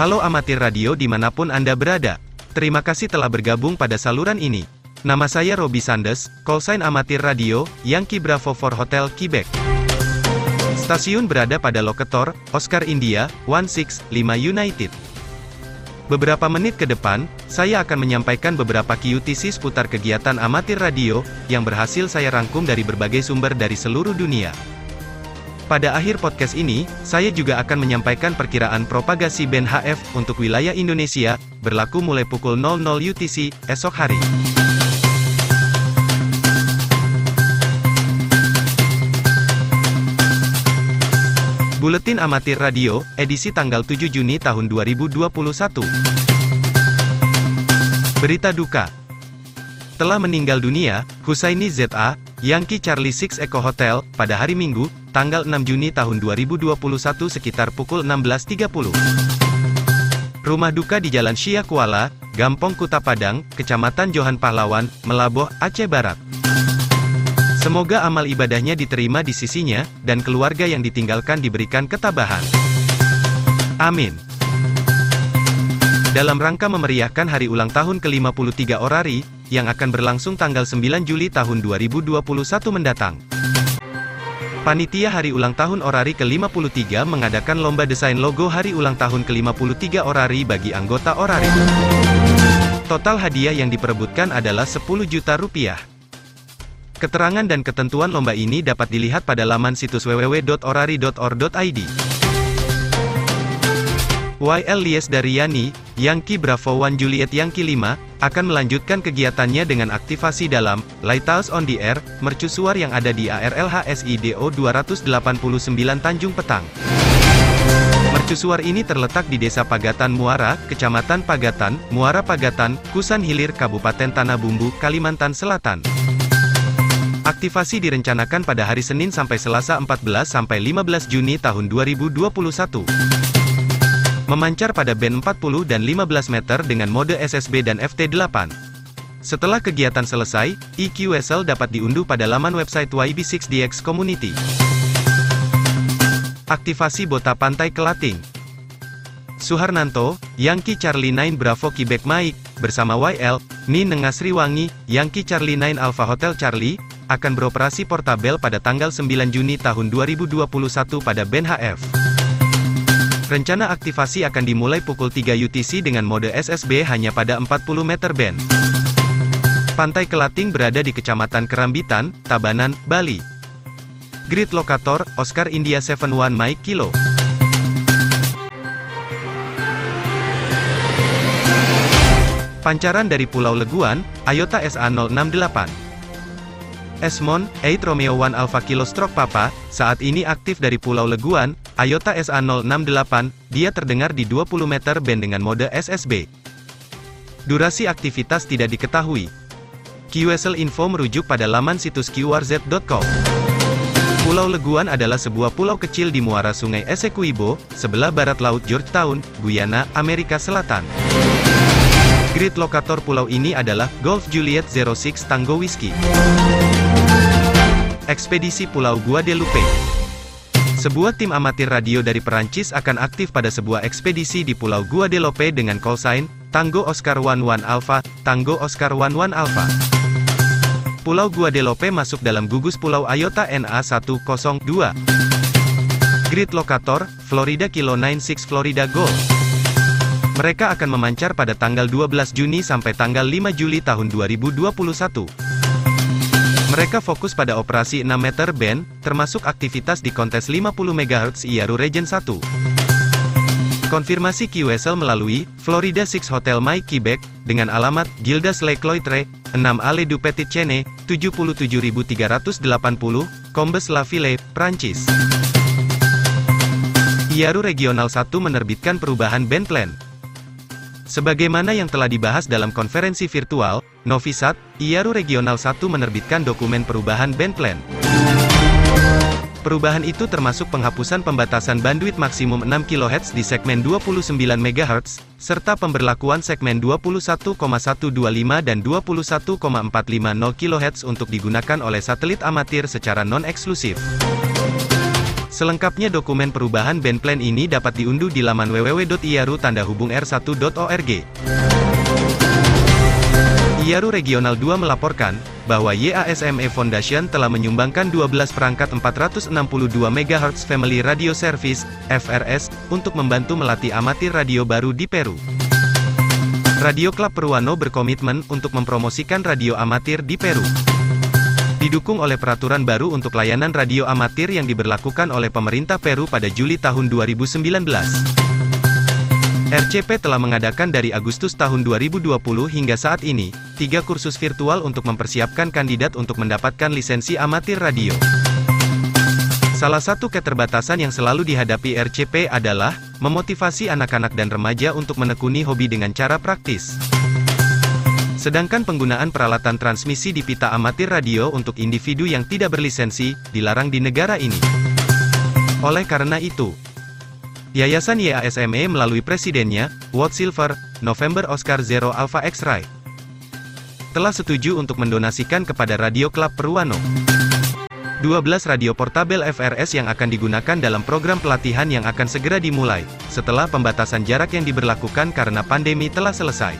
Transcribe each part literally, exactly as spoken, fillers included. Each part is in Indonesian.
Halo amatir radio dimanapun Anda berada. Terima kasih telah bergabung pada saluran ini. Nama saya Robi Sandes, callsign amatir radio, Yankee Bravo for Hotel Quebec. Stasiun berada pada lokator, Oscar India, satu enam lima United. Beberapa menit ke depan, saya akan menyampaikan beberapa Q T C seputar kegiatan amatir radio, yang berhasil saya rangkum dari berbagai sumber dari seluruh dunia. Pada akhir podcast ini, saya juga akan menyampaikan perkiraan propagasi band H F untuk wilayah Indonesia, berlaku mulai pukul nol nol U T C, esok hari. Buletin Amatir Radio, edisi tanggal tujuh Juni tahun dua ribu dua puluh satu. Berita duka. Telah meninggal dunia, Husaini Z A, Yankee Charlie enam Echo Hotel, pada hari Minggu, tanggal enam Juni tahun dua ribu dua puluh satu sekitar pukul enam belas tiga puluh. Rumah duka di Jalan Syia Kuala, Gampong Kuta Padang, Kecamatan Johan Pahlawan, Melaboh, Aceh Barat. Semoga amal ibadahnya diterima di sisinya, dan keluarga yang ditinggalkan diberikan ketabahan. Amin. Dalam rangka memeriahkan hari ulang tahun ke lima puluh tiga Orari, yang akan berlangsung tanggal sembilan Juli tahun dua ribu dua puluh satu mendatang. Panitia Hari Ulang Tahun Orari ke lima puluh tiga mengadakan lomba desain logo Hari Ulang Tahun ke lima puluh tiga Orari bagi anggota Orari. Total hadiah yang diperebutkan adalah sepuluh juta rupiah. Keterangan dan ketentuan lomba ini dapat dilihat pada laman situs w w w titik orari titik or titik i d. Y L Liesdariani, Yankee Bravo satu Juliet Yankee lima, akan melanjutkan kegiatannya dengan aktivasi dalam Lighthouse on the Air, mercusuar yang ada di A R L H S I D O dua delapan sembilan Tanjung Petang. Mercusuar ini terletak di Desa Pagatan Muara, Kecamatan Pagatan, Muara Pagatan, Kusan Hilir, Kabupaten Tanah Bumbu, Kalimantan Selatan. Aktivasi direncanakan pada hari Senin sampai Selasa empat belas sampai lima belas Juni tahun dua ribu dua puluh satu. Memancar pada band empat puluh dan lima belas meter dengan mode S S B dan F T delapan. Setelah kegiatan selesai, E Q S L dapat diunduh pada laman website Y B enam D X Community. Aktivasi Bota Pantai Kelating. Suharnanto, Yankee Charlie sembilan Bravo Quebec Mike, bersama Y L, Ni Nengasriwangi, Yankee Charlie sembilan Alpha Hotel Charlie, akan beroperasi portabel pada tanggal sembilan Juni tahun dua ribu dua puluh satu pada band H F. Rencana aktivasi akan dimulai pukul tiga U T C dengan mode S S B hanya pada empat puluh meter band. Pantai Kelating berada di Kecamatan Kerambitan, Tabanan, Bali. Grid lokator, Oscar India tujuh satu Mike Kilo. Pancaran dari Pulau Leguan, Ayota S A nol enam delapan. Esmond, delapan Romeo satu Alpha Kilo Stroke Papa, saat ini aktif dari Pulau Leguan, Ayota S A nol enam delapan, dia terdengar di dua puluh meter band dengan mode S S B. Durasi aktivitas tidak diketahui. Q S L info merujuk pada laman situs Q R Z titik com. Pulau Leguan adalah sebuah pulau kecil di muara Sungai Essequibo, sebelah barat Laut Georgetown, Guyana, Amerika Selatan. Grid lokator pulau ini adalah Golf Juliet nol enam Tango Whiskey. Ekspedisi Pulau Guadeloupe. Sebuah tim amatir radio dari Perancis akan aktif pada sebuah ekspedisi di Pulau Guadeloupe dengan callsign Tango Oscar satu satu Alpha, Tango Oscar satu satu Alpha. Pulau Guadeloupe masuk dalam gugus Pulau Ayota N A seratus dua. Grid lokator, Florida Kilo sembilan enam Florida Golf. Mereka akan memancar pada tanggal dua belas Juni sampai tanggal lima Juli tahun dua ribu dua puluh satu. Mereka fokus pada operasi enam meter band, termasuk aktivitas di kontes lima puluh megahertz I A R U Region satu. Konfirmasi Q S L melalui Florida enam Hotel Mike Quebec, dengan alamat Gildas Lake Cloitre, enam Allée du Petit Chene, tujuh puluh tujuh ribu tiga ratus delapan puluh, Combes La Ville, Prancis. I A R U Regional satu menerbitkan perubahan band plan. Sebagaimana yang telah dibahas dalam konferensi virtual, Novisat, I A R U Regional satu menerbitkan dokumen perubahan band plan. Perubahan itu termasuk penghapusan pembatasan bandwidth maksimum enam kilohertz di segmen dua puluh sembilan megahertz, serta pemberlakuan segmen dua puluh satu koma seratus dua puluh lima dan dua puluh satu koma empat lima nol kilohertz untuk digunakan oleh satelit amatir secara non-eksklusif. Selengkapnya dokumen perubahan band plan ini dapat diunduh di laman w w w titik i a r u tanda hubung r satu titik org. I A R U Regional dua melaporkan, bahwa Y A S M E Foundation telah menyumbangkan dua belas perangkat empat ratus enam puluh dua megahertz Family Radio Service, F R S, untuk membantu melatih amatir radio baru di Peru. Radio Klub Peruano berkomitmen untuk mempromosikan radio amatir di Peru. Didukung oleh peraturan baru untuk layanan radio amatir yang diberlakukan oleh pemerintah Peru pada Juli tahun dua ribu sembilan belas. R C P telah mengadakan dari Agustus tahun dua ribu dua puluh hingga saat ini, tiga kursus virtual untuk mempersiapkan kandidat untuk mendapatkan lisensi amatir radio. Salah satu keterbatasan yang selalu dihadapi R C P adalah, memotivasi anak-anak dan remaja untuk menekuni hobi dengan cara praktis. Sedangkan penggunaan peralatan transmisi di pita amatir radio untuk individu yang tidak berlisensi, dilarang di negara ini. Oleh karena itu, Yayasan Y A S M E melalui presidennya, Walt Silver, November Oscar Zero Alpha X-Ray, telah setuju untuk mendonasikan kepada Radio Klub Peruano dua belas radio portabel F R S yang akan digunakan dalam program pelatihan yang akan segera dimulai, setelah pembatasan jarak yang diberlakukan karena pandemi telah selesai.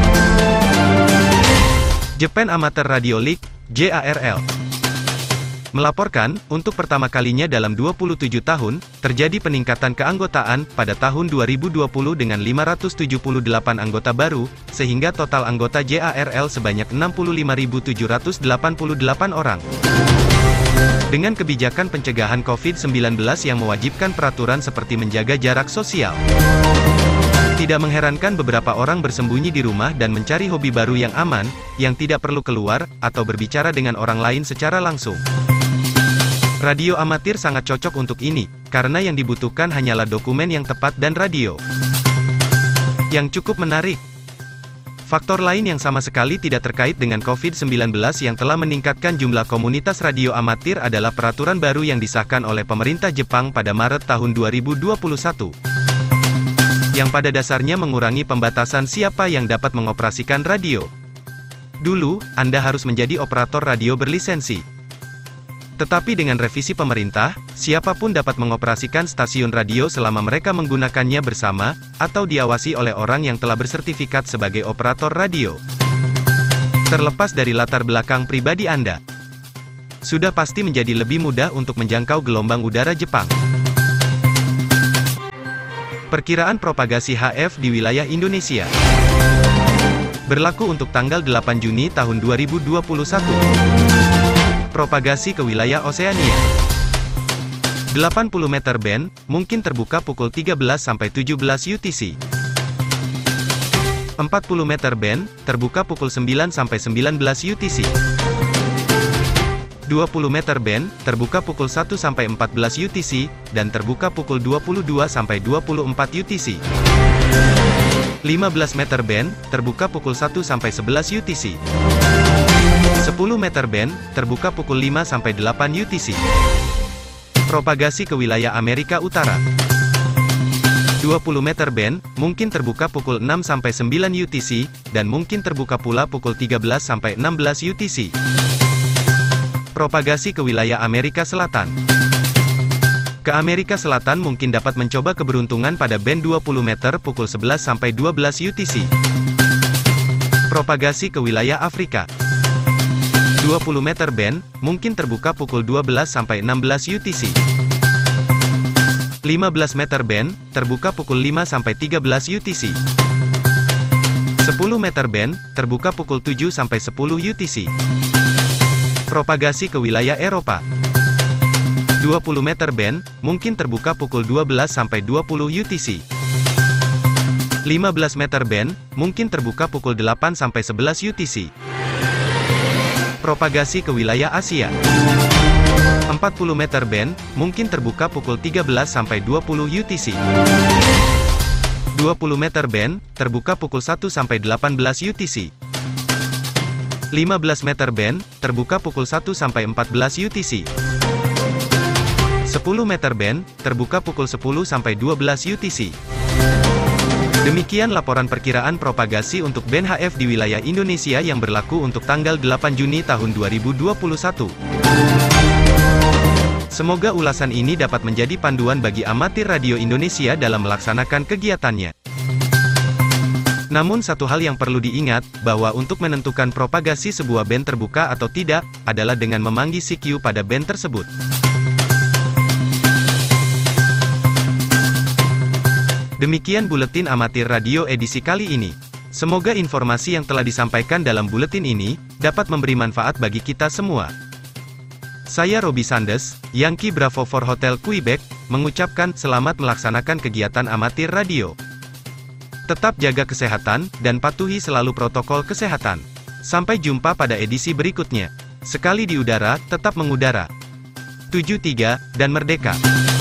Japan Amateur Radio League, J A R L, melaporkan, untuk pertama kalinya dalam dua puluh tujuh tahun, terjadi peningkatan keanggotaan, pada tahun dua ribu dua puluh dengan lima ratus tujuh puluh delapan anggota baru, sehingga total anggota J A R L sebanyak enam puluh lima ribu tujuh ratus delapan puluh delapan orang. Dengan kebijakan pencegahan covid sembilan belas yang mewajibkan peraturan seperti menjaga jarak sosial, tidak mengherankan beberapa orang bersembunyi di rumah dan mencari hobi baru yang aman, yang tidak perlu keluar, atau berbicara dengan orang lain secara langsung. Radio amatir sangat cocok untuk ini, karena yang dibutuhkan hanyalah dokumen yang tepat dan radio yang cukup menarik. Faktor lain yang sama sekali tidak terkait dengan covid sembilan belas yang telah meningkatkan jumlah komunitas radio amatir adalah peraturan baru yang disahkan oleh pemerintah Jepang pada Maret tahun dua ribu dua puluh satu. Yang pada dasarnya mengurangi pembatasan siapa yang dapat mengoperasikan radio. Dulu, Anda harus menjadi operator radio berlisensi. Tetapi dengan revisi pemerintah, siapapun dapat mengoperasikan stasiun radio selama mereka menggunakannya bersama, atau diawasi oleh orang yang telah bersertifikat sebagai operator radio. Terlepas dari latar belakang pribadi Anda, sudah pasti menjadi lebih mudah untuk menjangkau gelombang udara Jepang. Perkiraan propagasi H F di wilayah Indonesia berlaku untuk tanggal delapan Juni tahun dua ribu dua puluh satu. Propagasi ke wilayah Oseania. delapan puluh meter band, mungkin terbuka pukul tiga belas sampai tujuh belas U T C. empat puluh meter band, terbuka pukul sembilan sampai sembilan belas U T C. dua puluh meter band, terbuka pukul satu sampai empat belas U T C, dan terbuka pukul dua puluh dua sampai dua puluh empat U T C. lima belas meter band, terbuka pukul satu sampai sebelas U T C. sepuluh meter band, terbuka pukul lima sampai delapan U T C. Propagasi ke wilayah Amerika Utara. dua puluh meter band, mungkin terbuka pukul enam sampai sembilan U T C, dan mungkin terbuka pula pukul tiga belas sampai enam belas U T C. Propagasi ke wilayah Amerika Selatan. Ke Amerika Selatan mungkin dapat mencoba keberuntungan pada band dua puluh meter pukul sebelas sampai dua belas U T C. Propagasi ke wilayah Afrika. dua puluh meter band, mungkin terbuka pukul dua belas sampai enam belas U T C. lima belas meter band, terbuka pukul lima sampai tiga belas U T C. sepuluh meter band, terbuka pukul tujuh sampai sepuluh U T C. Propagasi ke wilayah Eropa. dua puluh meter band, mungkin terbuka pukul dua belas sampai dua puluh U T C. lima belas meter band, mungkin terbuka pukul delapan sampai sebelas U T C. Propagasi ke wilayah Asia. empat puluh meter band, mungkin terbuka pukul tiga belas sampai dua puluh U T C. dua puluh meter band, terbuka pukul satu sampai delapan belas U T C. lima belas meter band, terbuka pukul satu sampai empat belas U T C. sepuluh meter band, terbuka pukul sepuluh sampai dua belas U T C. Demikian laporan perkiraan propagasi untuk band H F di wilayah Indonesia yang berlaku untuk tanggal delapan Juni tahun dua ribu dua puluh satu. Semoga ulasan ini dapat menjadi panduan bagi amatir radio Indonesia dalam melaksanakan kegiatannya. Namun satu hal yang perlu diingat, bahwa untuk menentukan propagasi sebuah band terbuka atau tidak, adalah dengan memanggil C Q pada band tersebut. Demikian buletin amatir radio edisi kali ini. Semoga informasi yang telah disampaikan dalam buletin ini, dapat memberi manfaat bagi kita semua. Saya Robi Sandes, Yankee Bravo for Hotel Quebec, mengucapkan selamat melaksanakan kegiatan amatir radio. Tetap jaga kesehatan, dan patuhi selalu protokol kesehatan. Sampai jumpa pada edisi berikutnya. Sekali di udara, tetap mengudara. tujuh tiga, dan merdeka!